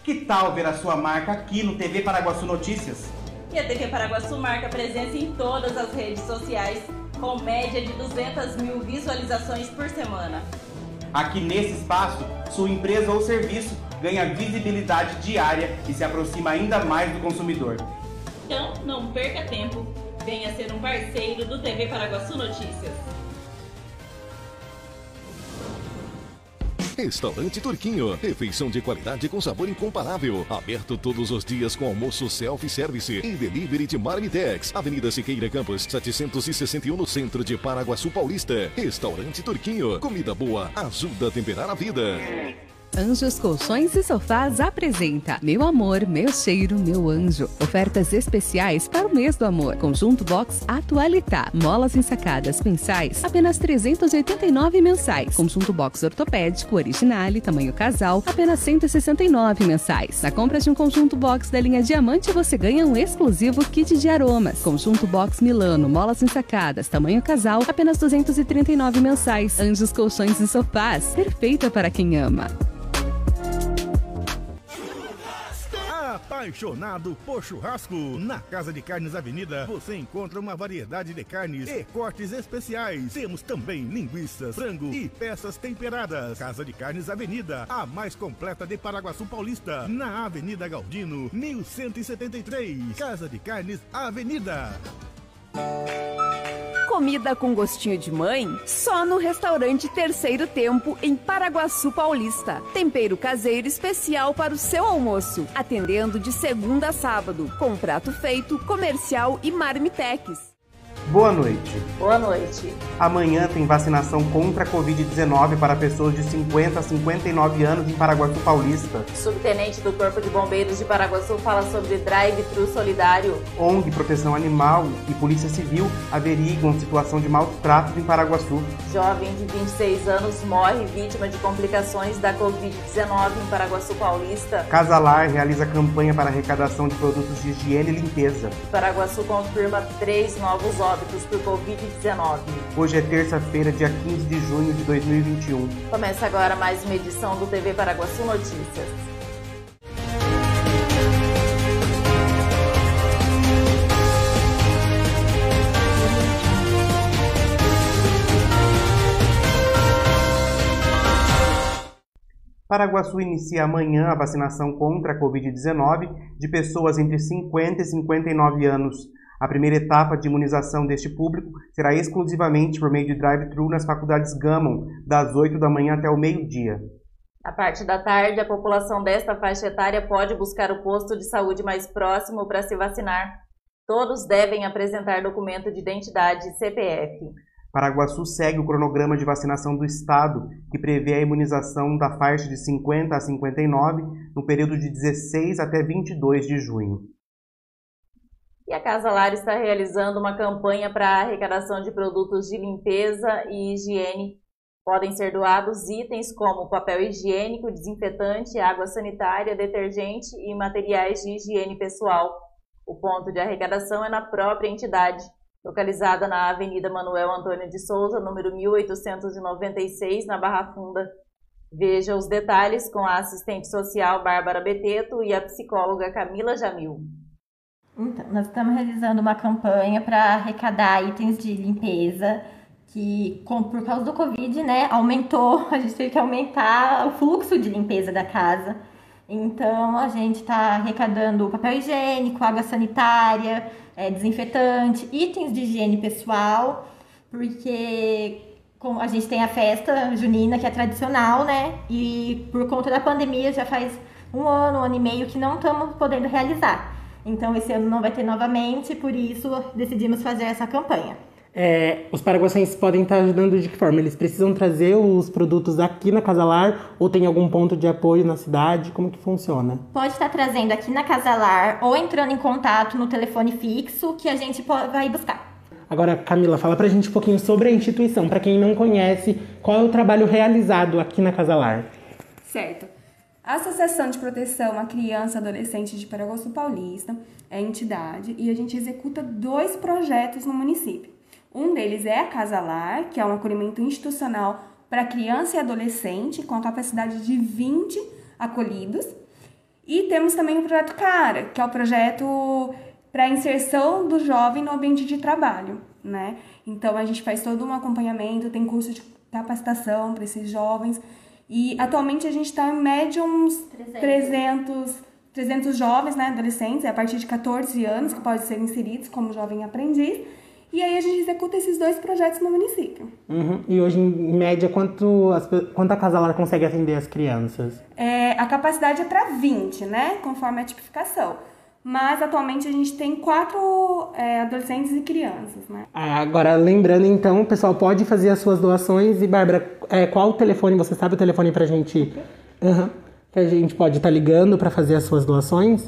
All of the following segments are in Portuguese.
Que tal ver a sua marca aqui no TV Paraguaçu Notícias? E a TV Paraguaçu marca presença em todas as redes sociais, com média de 200 mil visualizações por semana. Aqui nesse espaço, sua empresa ou serviço ganha visibilidade diária e se aproxima ainda mais do consumidor. Então, não perca tempo. Venha ser um parceiro do TV Paraguaçu Notícias. Restaurante Turquinho, refeição de qualidade com sabor incomparável. Aberto todos os dias com almoço self-service e delivery de Marmitex. Avenida Siqueira Campos, 761 no centro de Paraguaçu Paulista. Restaurante Turquinho, comida boa ajuda a temperar a vida. Anjos Colchões e Sofás apresenta Meu Amor, Meu Cheiro, Meu Anjo. Ofertas especiais para o mês do amor. Conjunto Box Atualitá. Molas ensacadas mensais, apenas R$ 389 mensais. Conjunto Box Ortopédico Originale, tamanho casal, apenas R$ 169 mensais. Na compra de um conjunto box da linha Diamante, você ganha um exclusivo kit de aromas. Conjunto Box Milano, molas ensacadas, tamanho casal, apenas R$ 239 mensais. Anjos Colchões e Sofás, perfeita para quem ama. Apaixonado por churrasco? Na Casa de Carnes Avenida você encontra uma variedade de carnes e cortes especiais. Temos também linguiças, frango e peças temperadas. Casa de Carnes Avenida, a mais completa de Paraguaçu Paulista, na Avenida Galdino, 1173. Casa de Carnes Avenida. Comida com gostinho de mãe? Só no restaurante Terceiro Tempo, em Paraguaçu Paulista. Tempero caseiro especial para o seu almoço. Atendendo de segunda a sábado, com prato feito, comercial e marmitex. Boa noite. Boa noite. Amanhã tem vacinação contra a Covid-19 para pessoas de 50 a 59 anos em Paraguaçu Paulista. Subtenente do Corpo de Bombeiros de Paraguaçu fala sobre drive-thru solidário. ONG Proteção Animal e Polícia Civil averiguam situação de maus tratos em Paraguaçu. Jovem de 26 anos morre vítima de complicações da Covid-19 em Paraguaçu Paulista. Casalar realiza campanha para arrecadação de produtos de higiene e limpeza. Paraguaçu confirma 3 novos óbitos por Covid-19. Hoje é terça-feira, dia 15 de junho de 2021. Começa agora mais uma edição do TV Paraguaçu Notícias. Paraguaçu inicia amanhã a vacinação contra a Covid-19 de pessoas entre 50 e 59 anos. A primeira etapa de imunização deste público será exclusivamente por meio de drive-thru nas faculdades Gammon, das 8 da manhã até o meio-dia. Na parte da tarde, a população desta faixa etária pode buscar o posto de saúde mais próximo para se vacinar. Todos devem apresentar documento de identidade e CPF. Paraguaçu segue o cronograma de vacinação do Estado, que prevê a imunização da faixa de 50 a 59 no período de 16 até 22 de junho. E a Casa Lar está realizando uma campanha para a arrecadação de produtos de limpeza e higiene. Podem ser doados itens como papel higiênico, desinfetante, água sanitária, detergente e materiais de higiene pessoal. O ponto de arrecadação é na própria entidade, localizada na Avenida Manuel Antônio de Souza, número 1896, na Barra Funda. Veja os detalhes com a assistente social Bárbara Beteto e a psicóloga Camila Jamil. Então, nós estamos realizando uma campanha para arrecadar itens de limpeza que, por causa do Covid, né, aumentou, a gente teve que aumentar o fluxo de limpeza da casa. Então, a gente está arrecadando papel higiênico, água sanitária, desinfetante, itens de higiene pessoal, porque a gente tem a festa junina, que é tradicional, né, e por conta da pandemia já faz um ano e meio que não estamos podendo realizar. Então, esse ano não vai ter novamente, por isso decidimos fazer essa campanha. Os paraguaçenses podem estar ajudando de que forma? Eles precisam trazer os produtos aqui na Casa Lar ou tem algum ponto de apoio na cidade? Como que funciona? Pode estar trazendo aqui na Casa Lar ou entrando em contato no telefone fixo que a gente vai buscar. Agora, Camila, fala pra gente um pouquinho sobre a instituição. Para quem não conhece, qual é o trabalho realizado aqui na Casa Lar? Certo. A Associação de Proteção à Criança e Adolescente de Paraguaçu Paulista é a entidade e a gente executa 2 projetos no município. Um deles é a Casa Lar, que é um acolhimento institucional para criança e adolescente com a capacidade de 20 acolhidos. E temos também o projeto CARA, que é o projeto para a inserção do jovem no ambiente de trabalho, né? Então, a gente faz todo um acompanhamento, tem curso de capacitação para esses jovens. E, atualmente, a gente está em média uns 300 jovens, né, adolescentes, a partir de 14 anos, que podem ser inseridos como jovem aprendiz. E aí, a gente executa esses 2 projetos no município. E hoje, em média, quanto a Casalar consegue atender as crianças? A capacidade é para 20, né, conforme a tipificação. Mas, atualmente, a gente tem 4 adolescentes e crianças, né? Agora, lembrando, então, o pessoal pode fazer as suas doações. E, Bárbara, qual o telefone? Você sabe o telefone pra gente? Que a gente pode estar ligando para fazer as suas doações?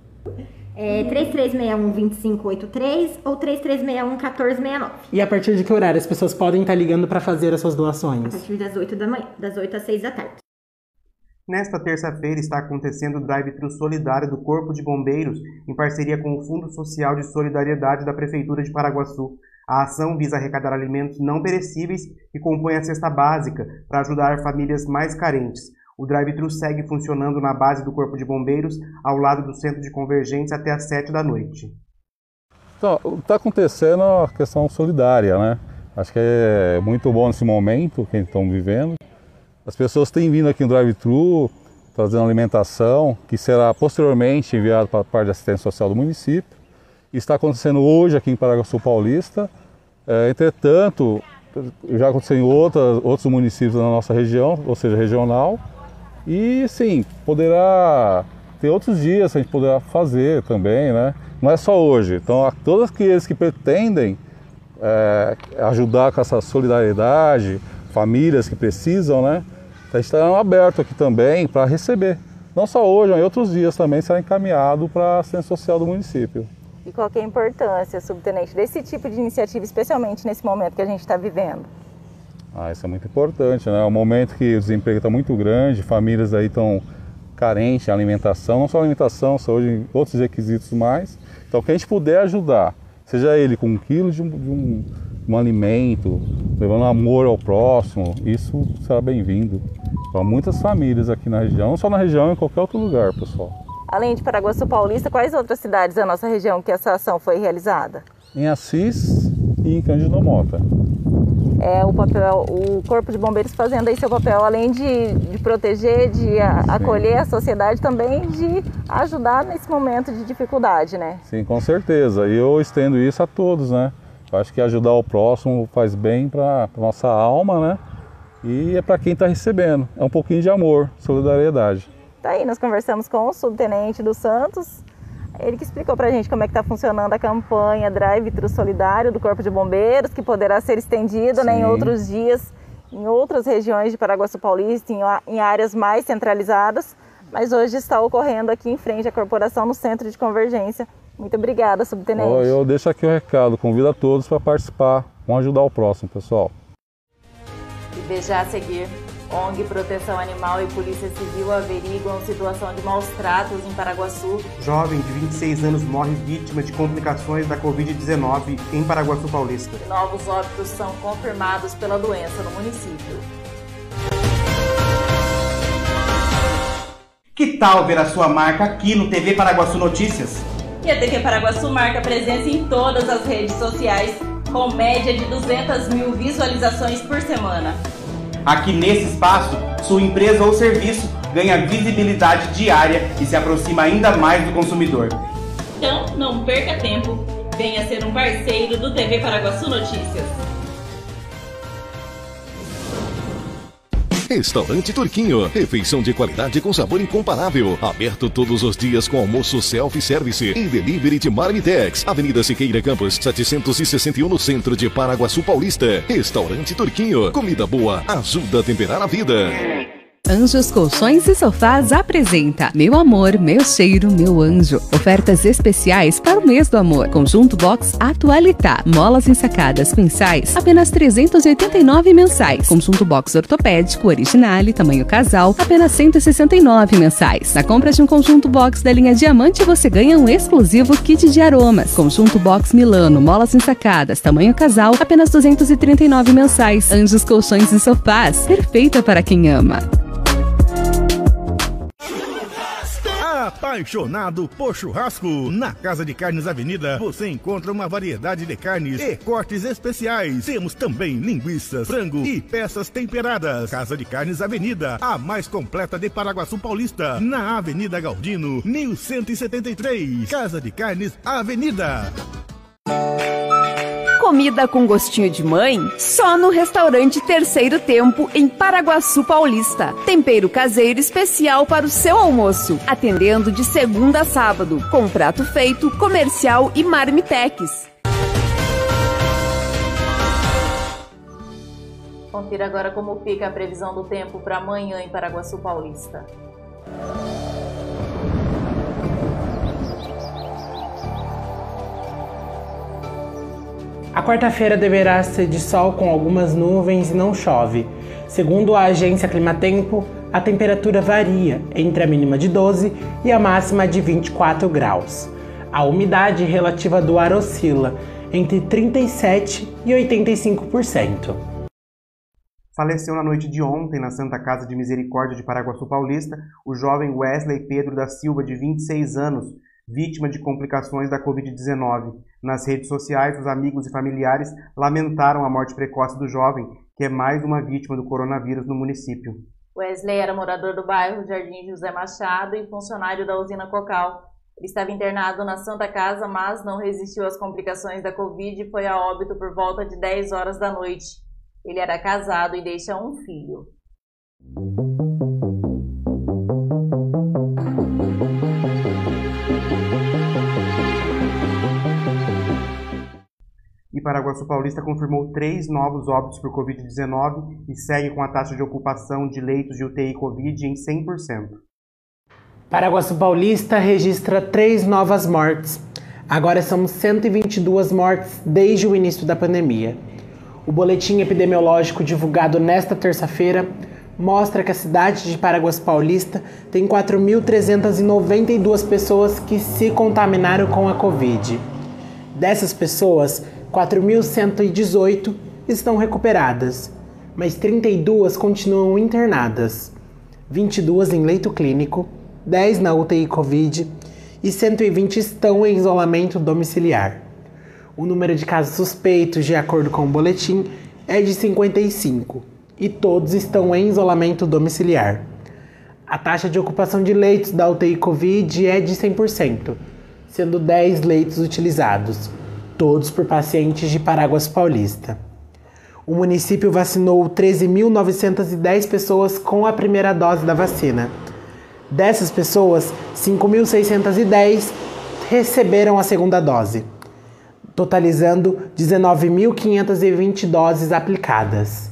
3361-2583 ou 3361-1469. E a partir de que horário as pessoas podem estar ligando para fazer as suas doações? A partir das 8 da manhã, das 8 às 6 da tarde. Nesta terça-feira está acontecendo o drive-thru solidário do Corpo de Bombeiros em parceria com o Fundo Social de Solidariedade da Prefeitura de Paraguaçu. A ação visa arrecadar alimentos não perecíveis que compõem a cesta básica para ajudar famílias mais carentes. O drive-thru segue funcionando na base do Corpo de Bombeiros, ao lado do Centro de Convergência, até às 7 da noite. Então, está acontecendo a questão solidária, né? Acho que é muito bom nesse momento que estamos vivendo. As pessoas têm vindo aqui no drive-thru, trazendo alimentação, que será posteriormente enviado para a parte de assistência social do município. Isso está acontecendo hoje aqui em Paraguaçu Paulista. Entretanto, já aconteceu em outros municípios da nossa região, ou seja, regional. E sim, poderá ter outros dias que a gente poderá fazer também, né? Não é só hoje. Então, todos aqueles que pretendem ajudar com essa solidariedade, famílias que precisam, né? A gente está aberto aqui também para receber. Não só hoje, mas em outros dias também será encaminhado para a assistência social do município. E qual que é a importância, subtenente, desse tipo de iniciativa, especialmente nesse momento que a gente está vivendo? Isso é muito importante, né? É um momento que o desemprego está muito grande, famílias aí estão carentes de alimentação, não só alimentação, saúde, outros requisitos mais. Então, que a gente puder ajudar, seja ele com 1 quilo de um alimento, levando amor ao próximo, isso será bem-vindo para muitas famílias aqui na região, não só na região, em qualquer outro lugar, pessoal. Além de Paraguaçu Paulista, quais outras cidades da nossa região que essa ação foi realizada? Em Assis e em Cândido Mota. O Corpo de Bombeiros fazendo aí seu papel, além de proteger, de acolher a sociedade, também de ajudar nesse momento de dificuldade, né? Sim, com certeza. E eu estendo isso a todos, né? Eu acho que ajudar o próximo faz bem para a nossa alma, né? E é para quem está recebendo. É um pouquinho de amor, solidariedade. Tá aí, nós conversamos com o subtenente dos Santos. Ele que explicou pra gente como é que está funcionando a campanha Drive-Thru Solidário do Corpo de Bombeiros, que poderá ser estendido, né, em outros dias, em outras regiões de Paraguaçu Paulista, em áreas mais centralizadas, mas hoje está ocorrendo aqui em frente à corporação, no Centro de Convergência. Muito obrigada, subtenente. Eu deixo aqui o recado, convido a todos para participar, vamos ajudar o próximo, pessoal. E veja a seguir. ONG Proteção Animal e Polícia Civil averiguam situação de maus tratos em Paraguaçu. Jovem de 26 anos morre vítima de complicações da Covid-19 em Paraguaçu Paulista. E novos óbitos são confirmados pela doença no município. Que tal ver a sua marca aqui no TV Paraguaçu Notícias? E a TV Paraguaçu marca presença em todas as redes sociais, com média de 200 mil visualizações por semana. Aqui nesse espaço, sua empresa ou serviço ganha visibilidade diária e se aproxima ainda mais do consumidor. Então, não perca tempo. Venha ser um parceiro do TV Paraguaçu Notícias. Restaurante Turquinho, refeição de qualidade com sabor incomparável. Aberto todos os dias com almoço self-service e delivery de Marmitex. Avenida Siqueira Campos, 761 no centro de Paraguaçu Paulista. Restaurante Turquinho, comida boa ajuda a temperar a vida. Anjos Colchões e Sofás apresenta Meu Amor, Meu Cheiro, Meu Anjo. Ofertas especiais para o mês do amor. Conjunto Box Atualitá. Molas ensacadas mensais, apenas R$ 389 mensais. Conjunto Box Ortopédico Originale, tamanho casal, apenas R$ 169 mensais. Na compra de um conjunto box da linha Diamante, você ganha um exclusivo kit de aromas. Conjunto Box Milano, molas ensacadas, tamanho casal, apenas R$ 239 mensais. Anjos Colchões e Sofás, perfeita para quem ama. A Apaixonado por churrasco? Na Casa de Carnes Avenida você encontra uma variedade de carnes e cortes especiais. Temos também linguiças, frango e peças temperadas. Casa de Carnes Avenida, a mais completa de Paraguaçu Paulista, na Avenida Galdino, 1173. Casa de Carnes Avenida. Comida com gostinho de mãe? Só no restaurante Terceiro Tempo, em Paraguaçu Paulista. Tempero caseiro especial para o seu almoço. Atendendo de segunda a sábado. Com prato feito, comercial e marmitex. Confira agora como fica a previsão do tempo para amanhã em Paraguaçu Paulista. A quarta-feira deverá ser de sol com algumas nuvens e não chove. Segundo a agência Climatempo, a temperatura varia entre a mínima de 12 e a máxima de 24 graus. A umidade relativa do ar oscila entre 37% e 85%. Faleceu na noite de ontem, na Santa Casa de Misericórdia de Paraguaçu Paulista, o jovem Wesley Pedro da Silva, de 26 anos, vítima de complicações da Covid-19. Nas redes sociais, os amigos e familiares lamentaram a morte precoce do jovem, que é mais uma vítima do coronavírus no município. Wesley era morador do bairro Jardim José Machado e funcionário da usina Cocal. Ele estava internado na Santa Casa, mas não resistiu às complicações da Covid e foi a óbito por volta de 10 horas da noite. Ele era casado e deixa um filho. E Paraguaçu Paulista confirmou 3 novos óbitos por Covid-19 e segue com a taxa de ocupação de leitos de UTI Covid em 100%. Paraguaçu Paulista registra 3 novas mortes. Agora são 122 mortes desde o início da pandemia. O boletim epidemiológico divulgado nesta terça-feira mostra que a cidade de Paraguaçu Paulista tem 4.392 pessoas que se contaminaram com a Covid. Dessas pessoas, 4.118 estão recuperadas, mas 32 continuam internadas, 22 em leito clínico, 10 na UTI Covid e 120 estão em isolamento domiciliar. O número de casos suspeitos, de acordo com o boletim, é de 55 e todos estão em isolamento domiciliar. A taxa de ocupação de leitos da UTI Covid é de 100%, sendo 10 leitos utilizados, todos por pacientes de Paraguaçu Paulista. O município vacinou 13.910 pessoas com a primeira dose da vacina. Dessas pessoas, 5.610 receberam a segunda dose, totalizando 19.520 doses aplicadas.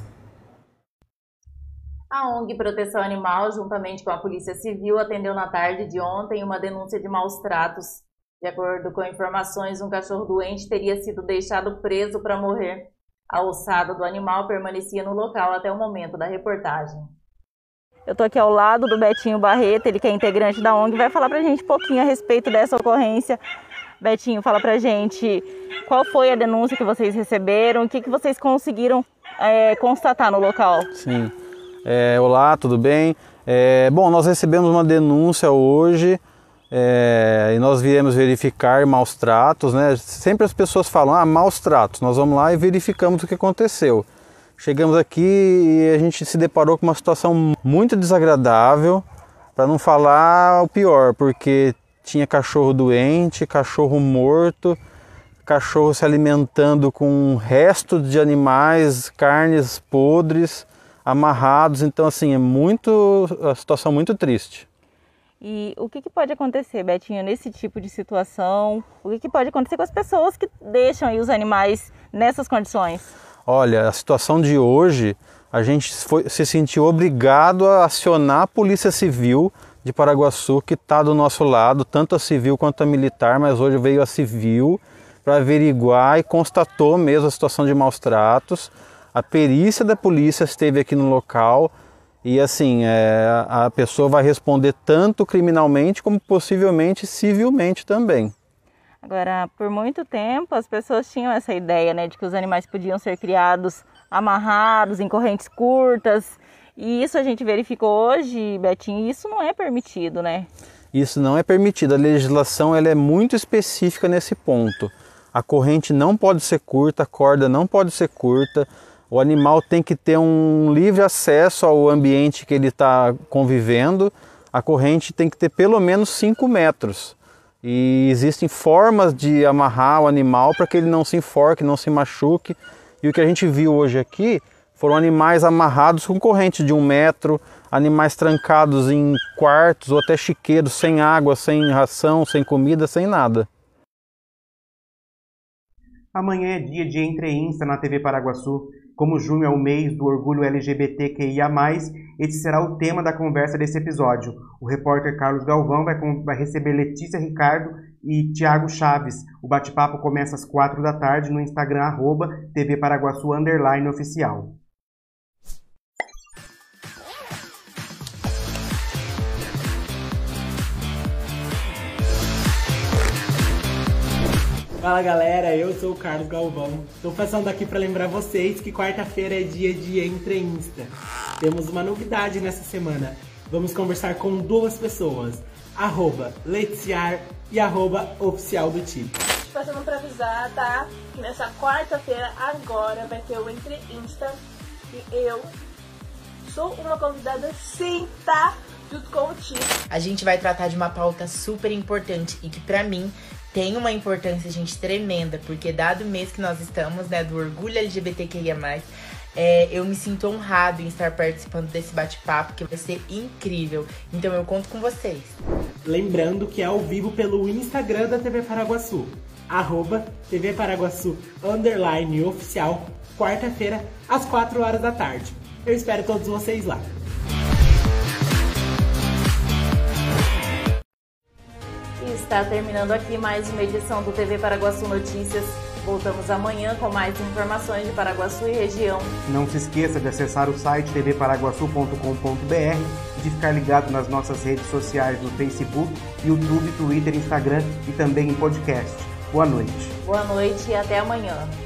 A ONG Proteção Animal, juntamente com a Polícia Civil, atendeu na tarde de ontem uma denúncia de maus tratos. De acordo com informações, um cachorro doente teria sido deixado preso para morrer. A ossada do animal permanecia no local até o momento da reportagem. Eu estou aqui ao lado do Betinho Barreto, ele que é integrante da ONG, vai falar para a gente um pouquinho a respeito dessa ocorrência. Betinho, fala para a gente qual foi a denúncia que vocês receberam, o que vocês conseguiram constatar no local. Sim. Olá, tudo bem? Bom, nós recebemos uma denúncia hoje e nós viemos verificar maus tratos, né? Sempre as pessoas falam, maus tratos, nós vamos lá e verificamos o que aconteceu. Chegamos aqui e a gente se deparou com uma situação muito desagradável, para não falar o pior, porque tinha cachorro doente, cachorro morto, cachorro se alimentando com restos de animais, carnes podres, amarrados. Então, assim, a situação muito triste. E o que pode acontecer, Betinho, nesse tipo de situação? O que pode acontecer com as pessoas que deixam aí os animais nessas condições? Olha, a situação de hoje, a gente se sentiu obrigado a acionar a Polícia Civil de Paraguaçu, que está do nosso lado, tanto a civil quanto a militar, mas hoje veio a civil para averiguar e constatou mesmo a situação de maus tratos. A perícia da polícia esteve aqui no local e assim, a pessoa vai responder tanto criminalmente como possivelmente civilmente também. Agora, por muito tempo as pessoas tinham essa ideia, né, de que os animais podiam ser criados amarrados em correntes curtas. E isso a gente verificou hoje, Betinho, e isso não é permitido, né? Isso não é permitido. A legislação ela é muito específica nesse ponto. A corrente não pode ser curta, a corda não pode ser curta. O animal tem que ter um livre acesso ao ambiente que ele está convivendo. A corrente tem que ter pelo menos 5 metros. E existem formas de amarrar o animal para que ele não se enforque, não se machuque. E o que a gente viu hoje aqui foram animais amarrados com corrente de 1 metro, animais trancados em quartos ou até chiqueiros, sem água, sem ração, sem comida, sem nada. Amanhã é dia de Entre Insta na TV Paraguaçu. Como junho é o mês do orgulho LGBTQIA+, esse será o tema da conversa desse episódio. O repórter Carlos Galvão vai receber Letícia Ricardo e Thiago Chaves. O bate-papo começa às 4 da tarde no Instagram @tvparaguaçu_oficial. Fala galera, eu sou o Carlos Galvão. Estou passando aqui para lembrar vocês que quarta-feira é dia de Entre Insta. Temos uma novidade nessa semana. Vamos conversar com 2 pessoas, @Letiar e @Oficial do Tipo. Passando para avisar, tá? Que nessa quarta-feira agora vai ter o Entre Insta e eu sou uma convidada sim, tá? Junto com o Tipo. A gente vai tratar de uma pauta super importante e que pra mim tem uma importância, gente, tremenda, porque dado o mês que nós estamos, né, do orgulho LGBTQIA+, eu me sinto honrado em estar participando desse bate-papo, que vai ser incrível. Então eu conto com vocês. Lembrando que é ao vivo pelo Instagram da TV Paraguaçu, @tvparaguaçu_oficial, quarta-feira, às 4 horas da tarde. Eu espero todos vocês lá. Está terminando aqui mais uma edição do TV Paraguaçu Notícias. Voltamos amanhã com mais informações de Paraguaçu e região. Não se esqueça de acessar o site tvparaguaçu.com.br e de ficar ligado nas nossas redes sociais no Facebook, YouTube, Twitter, Instagram e também em podcast. Boa noite. Boa noite e até amanhã.